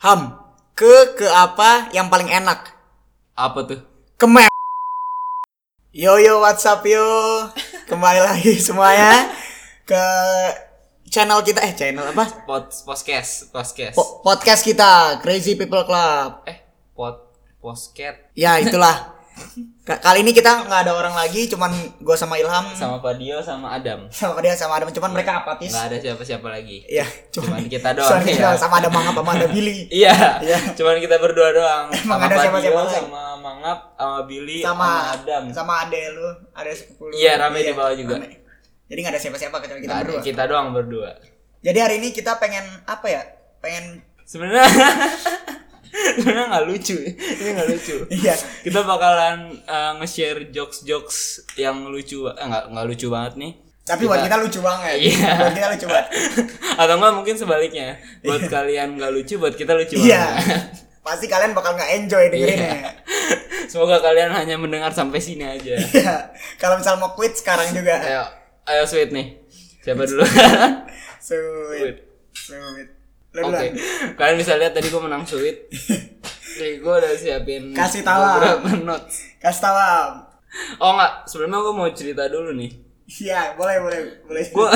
Ke apa yang paling enak? Apa tuh? Kemem. Yo what's up yo. Kembali lagi semuanya ke channel kita channel apa? Podcast. Podcast kita Crazy People Club. Podcast. Ya itulah. Kali ini kita nggak ada orang lagi, cuman gue sama Ilham, sama Fadio, sama Adam. Cuman mereka apatis. Nggak ada siapa-siapa lagi. Iya, cuman kita doang. Ya. Sama ada Mangap sama ada Billy. Iya. Cuman kita berdua doang. Emang sama ada Fadio, siapa-siapa lagi? sama Mangap, sama Billy, sama Adam. Sama ade lu, ada 10. Iya, rame di bawah juga. Rame. Jadi nggak ada siapa-siapa kecuali kita berdua. Kita doang berdua. Jadi hari ini kita pengen apa ya? Sebenarnya nggak lucu. Ini nggak lucu. Iya. Kita bakalan nge-share jokes yang lucu. Nggak lucu banget nih. Tapi buat kita lucu banget. Iya. Buat kita lucu banget. Atau enggak mungkin sebaliknya. Buat kalian nggak lucu, buat kita lucu Iya. banget. Pasti kalian bakal nggak enjoy dengerinnya. Semoga kalian hanya mendengar sampai sini aja. Iya. Kalau misal mau quit sekarang juga. Ayo sweet nih. Siapa dulu? Sweet. Oke. Kalian bisa lihat tadi gue menang sweet. Jadi gue udah siapin kasih tahu beberapa notes. Kasih tahu. Oh enggak, sebelumnya gue mau cerita dulu nih. Iya, boleh. Gue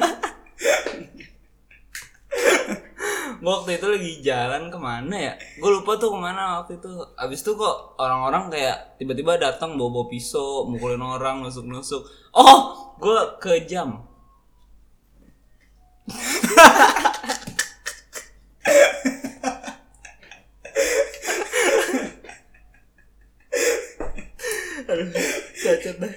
waktu itu lagi jalan kemana ya? Gue lupa tuh kemana waktu itu. Abis itu kok orang-orang kayak tiba-tiba datang bawa pisau, mukulin orang, nusuk-nusuk. Oh, gue kejam. Aduh, cacat dah.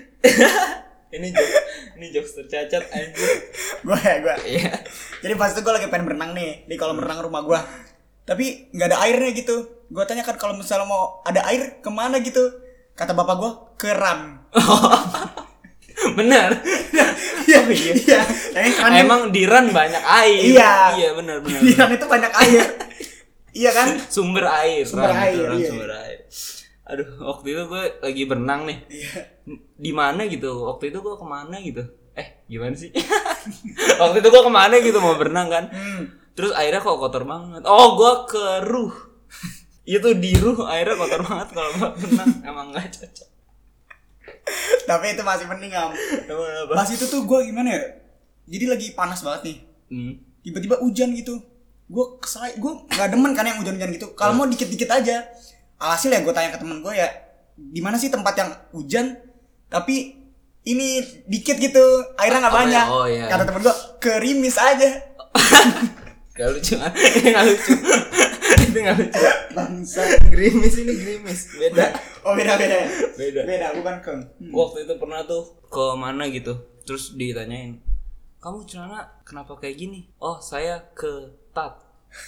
Ini jokes tercacat anjir. Gue. Iya. Jadi pas itu gue lagi pengen berenang nih di kolam renang rumah gue. Tapi nggak ada airnya gitu. Gue tanya kan kalau misalnya mau ada air kemana gitu. Kata bapak gue keran. Benar. Iya. Emang di ran banyak air. Iya, benar. Di ran itu banyak air. Iya kan? Sumber air. Iya. Sumber air. Aduh, waktu itu gue lagi berenang nih. Iya. Di mana gitu? Waktu itu gue kemana gitu? Gimana sih? Waktu itu gue kemana gitu mau berenang kan? Terus airnya kok kotor banget. Oh, gue ke Ruh. Itu di Ruh airnya kotor banget kalau mau berenang. Emang nggak cocok. Tapi itu masih mending am. Pas itu tuh gue gimana ya? Jadi lagi panas banget nih. Tiba-tiba hujan gitu. Gue kesel. Gue nggak demen kan yang hujan-hujan gitu. Kalau mau dikit-dikit aja. Alhasil ya gue tanya ke temen gue ya, di mana sih tempat yang hujan tapi ini dikit gitu, airnya nggak banyak. Oh, iya. Kata temen gue, gerimis aja. Gak lucu kan? Itu gak lucu. Bangsa. Gerimis beda. Oh beda bukan ke. Waktu itu pernah tuh ke mana gitu, terus ditanyain, kamu celana kenapa kayak gini? Oh, saya ke tat.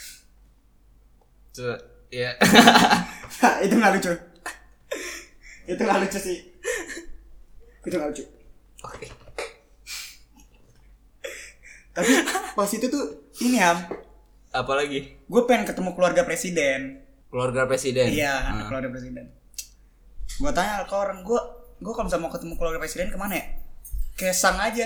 Ya. Itu nggak lucu. Itu nggak lucu sih. Itu nggak lucu. Oke. Tapi pas itu tuh ini ya. Apalagi? Gue pengen ketemu keluarga presiden. Keluarga presiden. Iya, keluarga presiden. Gue tanya ke orang gue kalau misalnya mau ketemu keluarga presiden kemana ya? Kesang aja.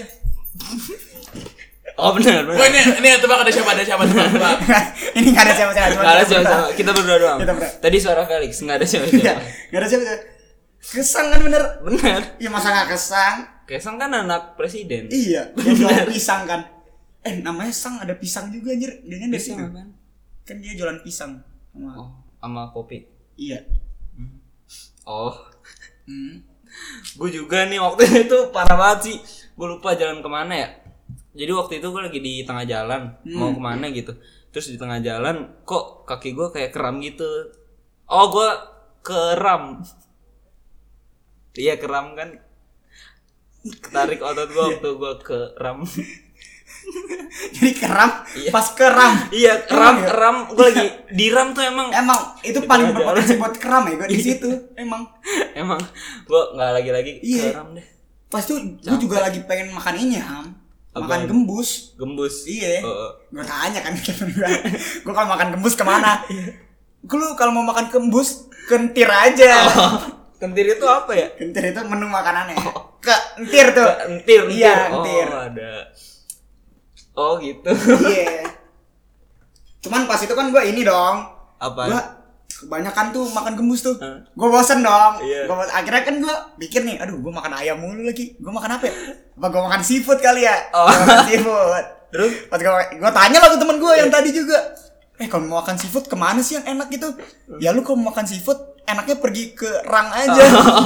Oh benar. Wah ini tebak ada siapa tebak. Ini nggak ada siapa-siapa. Nggak ada siapa-siapa. Kita berdua doang. Kita berdua. Tadi suara Felix nggak ada siapa-siapa. Nggak ada siapa-siapa. Kesang kan bener. Iya masa nggak kesang? Kesang kan anak presiden. Iya. Dia jualan pisang kan. Namanya Sang ada pisang juga anjir. Dia dari situ. Kan dia jualan pisang sama kopi. Iya. Oh. Gue juga nih waktu itu parah banget sih. Gue lupa jalan kemana ya. Jadi waktu itu gue lagi di tengah jalan mau kemana gitu. Terus di tengah jalan kok kaki gue kayak kram gitu. Oh gue keram. Iya keram kan. Ketarik otot gue waktu gue keram. Jadi keram, iya. Pas keram. Iya, keram. Gue lagi diram tuh emang itu paling berpotensi buat keram ya gue di situ. Emang gue nggak lagi keram deh. Pas itu gue juga lagi pengen makan ini makan gembus. Iya. Gue tanya kan gue kalau makan gembus kemana? Gue kalau mau makan gembus kentir aja. Kentir itu apa ya? Kentir itu menu makanannya. Kentir tuh. Kentir. Iya, kentir. Oh ada. Oh gitu. Iya. Cuman pas itu kan gue ini dong. Apa? Gue kebanyakan tuh makan gembus tuh. Gue bosen dong. Akhirnya kan gue pikir nih, aduh gue makan ayam mulu lagi. Gue makan apa ya? Apa gue makan seafood kali ya? Gua makan seafood. Terus pas gue tanya lah ke temen gue yang tadi juga. Kalau mau makan seafood kemana sih yang enak gitu? Ya lu kalau mau makan seafood enaknya pergi ke Rang aja.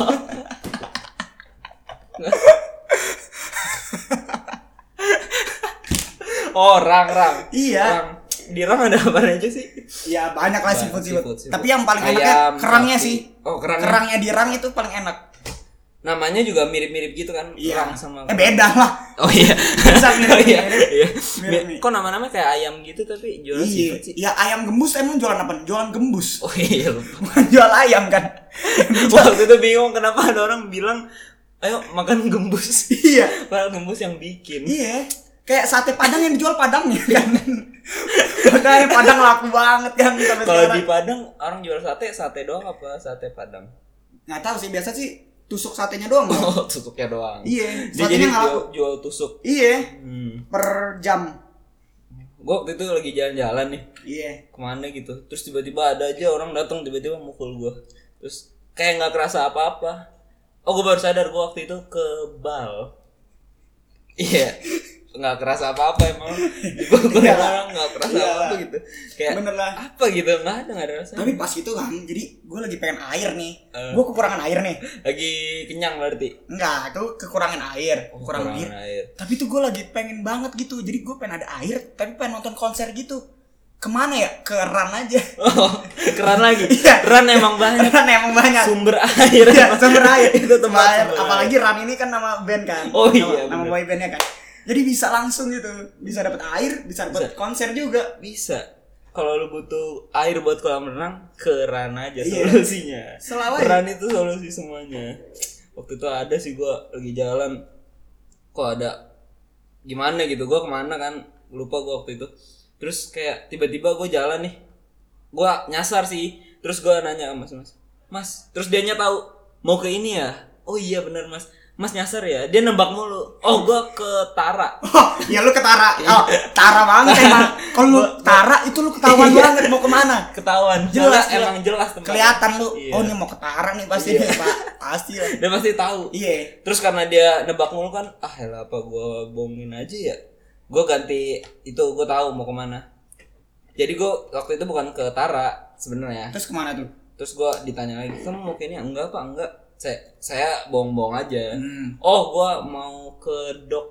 Rang. Iya. Rang. Di Rang ada apa aja sih? Ya banyak lah seafood. Tapi yang paling enaknya kerangnya sih. Kerangnya di Rang itu paling enak. Namanya juga mirip-mirip gitu kan? Iya. Rang sama beda lah. Oh iya. Bisa mirip. Kok nama-nama kayak ayam gitu tapi jualan seafood sih? Ya ayam gembus emang jualan apa? Jualan gembus. Oh iya lupa. Bukan jual ayam kan? Waktu itu bingung kenapa ada orang bilang ayo makan gembus. Iya. Padahal gembus yang bikin. Iya. Kayak sate Padang yang dijual Padangnya kan. Makanya Padang laku banget kan sampai Kalau sekarang. di Padang orang jual sate doang apa sate Padang? Nggak tahu sih, biasa sih tusuk satenya doang. Oh, tusuknya doang. Iya, Dia jadi jual tusuk. Iya. Per jam. Gue waktu itu lagi jalan-jalan nih. Iya. Kemana gitu. Terus tiba-tiba ada aja orang datang tiba-tiba mukul gue. Terus kayak nggak kerasa apa-apa. Oh, gue baru sadar gue waktu itu kebal. Iya. Nggak kerasa apa-apa emang. Gue orang nggak kerasa apa gitu. Kayak bener lah. apa gitu, nggak ada rasa. Tapi pas itu kan, jadi gue lagi pengen air nih. Gue kekurangan air nih. Lagi kenyang berarti. Enggak, itu kekurangan air. Kekurangan air. Tapi tuh gue lagi pengen banget gitu. Jadi gue pengen ada air, tapi pengen nonton konser gitu. Kemana ya? Ke Ran aja. Keran lagi. Iya. Ran emang banyak. Ran emang banyak. Sumber air. Iya, sumber air. Itu tempat air. sumber Apalagi Ran ini kan nama band kan. Oh iya. Nama boy bandnya kan. Jadi bisa langsung gitu. Bisa dapat air, bisa dapat konser juga. Bisa. Kalau lu butuh air buat kolam renang, ke Ran aja solusinya. Selalu Ran itu solusi semuanya. Waktu itu ada sih gua lagi jalan. Kok ada gimana gitu, gua kemana kan, lupa gua waktu itu. Terus kayak tiba-tiba gua jalan nih, gua nyasar sih. Terus gua nanya mas, terus dianya tahu mau ke ini ya. Oh iya benar mas nyasar ya. Dia nembak mulu. Oh gua ke Tara. Oh ya lu ke Tara. Oh Tara banget emang. Kalau lu Tara itu lu ketahuan banget mau kemana. Ketahuan. Jelas emang jelas tempat. Kelihatan lu. Iya. Oh ini mau ke Tara nih pasti nih Pak. Pasti lah. Dia pasti tahu. Iya. Terus karena dia nebak mulu kan, elah apa gua bohongin aja ya. Gua ganti itu, gua tahu mau kemana. Jadi gua waktu itu bukan ke Tara sebenarnya. Terus kemana tuh? Terus gua ditanya lagi, kamu mau kayaknya enggak Pak? Enggak. Saya bohong-bohong aja. Oh, gua mau ke Dok.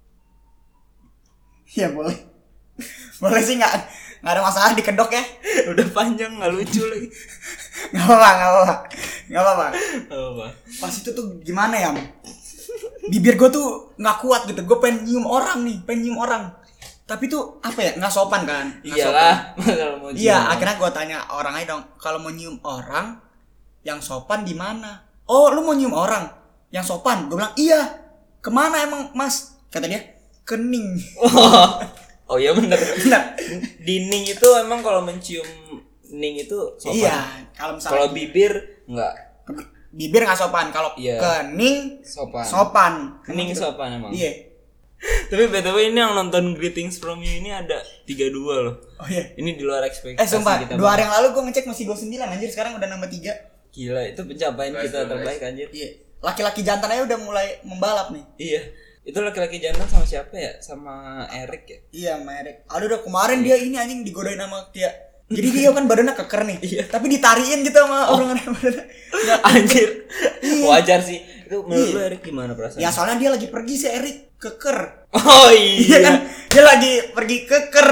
Ya boleh. Boleh sih, nggak ada masalah di kedok ya. Udah panjang nggak lucu lagi. Nggak apa-apa. Pas itu tuh gimana ya? Bibir gue tuh nggak kuat gitu. Gue pengen nyium orang. Tapi tuh apa ya? Nggak sopan kan? Iyalah. Kalau mau iya, akhirnya gue tanya orang aja dong. Kalau mau nyium orang yang sopan di mana? Oh, lu mau nyium orang yang sopan? Gue bilang iya. Kemana emang mas? Kata dia kening. Oh iya benar. Dining itu emang kalau mencium ning itu sopan. Iya, kalau misalnya kalau bibir enggak. Bibir nggak sopan, kalau kening sopan. Kening sopan emang. Iya. Tapi btw ini yang nonton Greetings from You ini ada 32 loh. Oh iya. Ini di luar ekspektasi sumpah, kita. 2 hari yang lalu gue ngecek masih 29 anjir, sekarang udah nambah 3. Gila, itu pencapaian kita terbaik anjir. Iya. Laki-laki jantan aja udah mulai membalap nih. Iya. Itu laki-laki jantan sama siapa ya? Sama Eric ya? Iya, sama Eric. Aduh udah kemarin dia ini anjing digodain sama dia. Jadi dia kan badannya keker nih. Iya. Tapi ditariin gitu sama orang badannya. Anjir. Wajar sih. Itu menurut lu Eric gimana perasaan? Ya soalnya dia lagi pergi si Eric keker. Oh iya kan? Dia lagi pergi keker.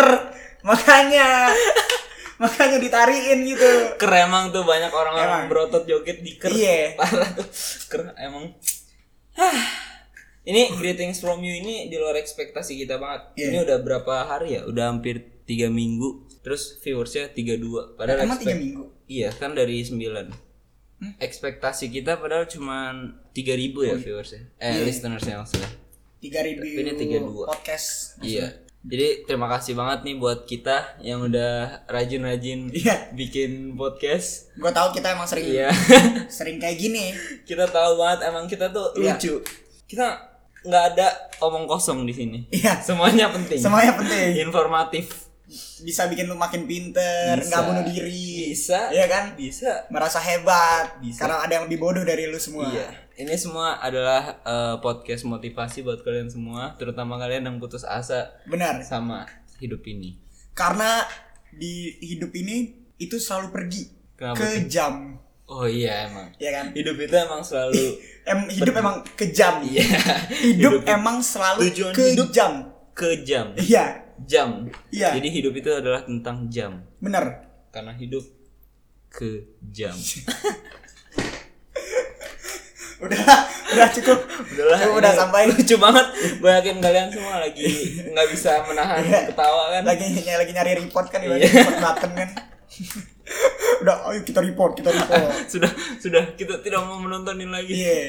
Makanya ditariin gitu. Emang tuh banyak orang-orang berotot joget di ker. Iya. Parah tuh. Emang. Ini Greetings from You ini di luar ekspektasi kita banget. Yeah. Ini udah berapa hari ya? Udah hampir 3 minggu. Terus viewersnya 32. Padahal emang 3 minggu? Iya kan dari 9. Ekspektasi kita padahal cuman 3.000 ya viewersnya. Listenersnya maksudnya 3.000. Ini 32 podcast maksudnya. Iya. Jadi terima kasih banget nih buat kita yang udah rajin-rajin bikin podcast. Gue tahu kita emang sering sering kayak gini. Kita tahu banget emang kita tuh lucu. Kita nggak ada omong kosong di sini. Iya. Semuanya penting. Semuanya penting. Informatif. bisa bikin lu makin pinter, nggak bunuh diri. Bisa. Iya kan? Bisa. Merasa hebat. Bisa. Karena ada yang lebih bodoh dari lu semua. Iya. Ini semua adalah podcast motivasi buat kalian semua, terutama kalian yang putus asa. Benar. Sama hidup ini. Karena di hidup ini itu selalu pergi. Kenapa kejam. Oh iya emang. Iya kan? Hidup itu emang selalu hidup emang kejam. Iya. Hidup emang selalu Tujuan kejam. Kejam. Iya. Jam. Iya. Jadi hidup itu adalah tentang jam. Bener. Karena hidup kejam. udah cukup. Udah sampai. Lucu banget. Gue yakin kalian semua lagi nggak bisa menahan ketawa kan. Lagi nyari report kan, Iya. report button kan. Udah, ayo kita report. sudah kita tidak mau menontonin lagi. Iya.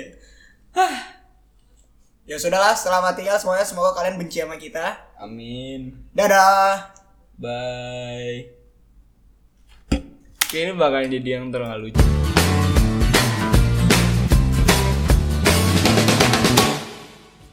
Ya sudahlah, selamat tinggal semuanya. Semoga kalian benci sama kita. Amin. Dadah. Bye. Kayaknya bakal jadi yang terlalu lucu.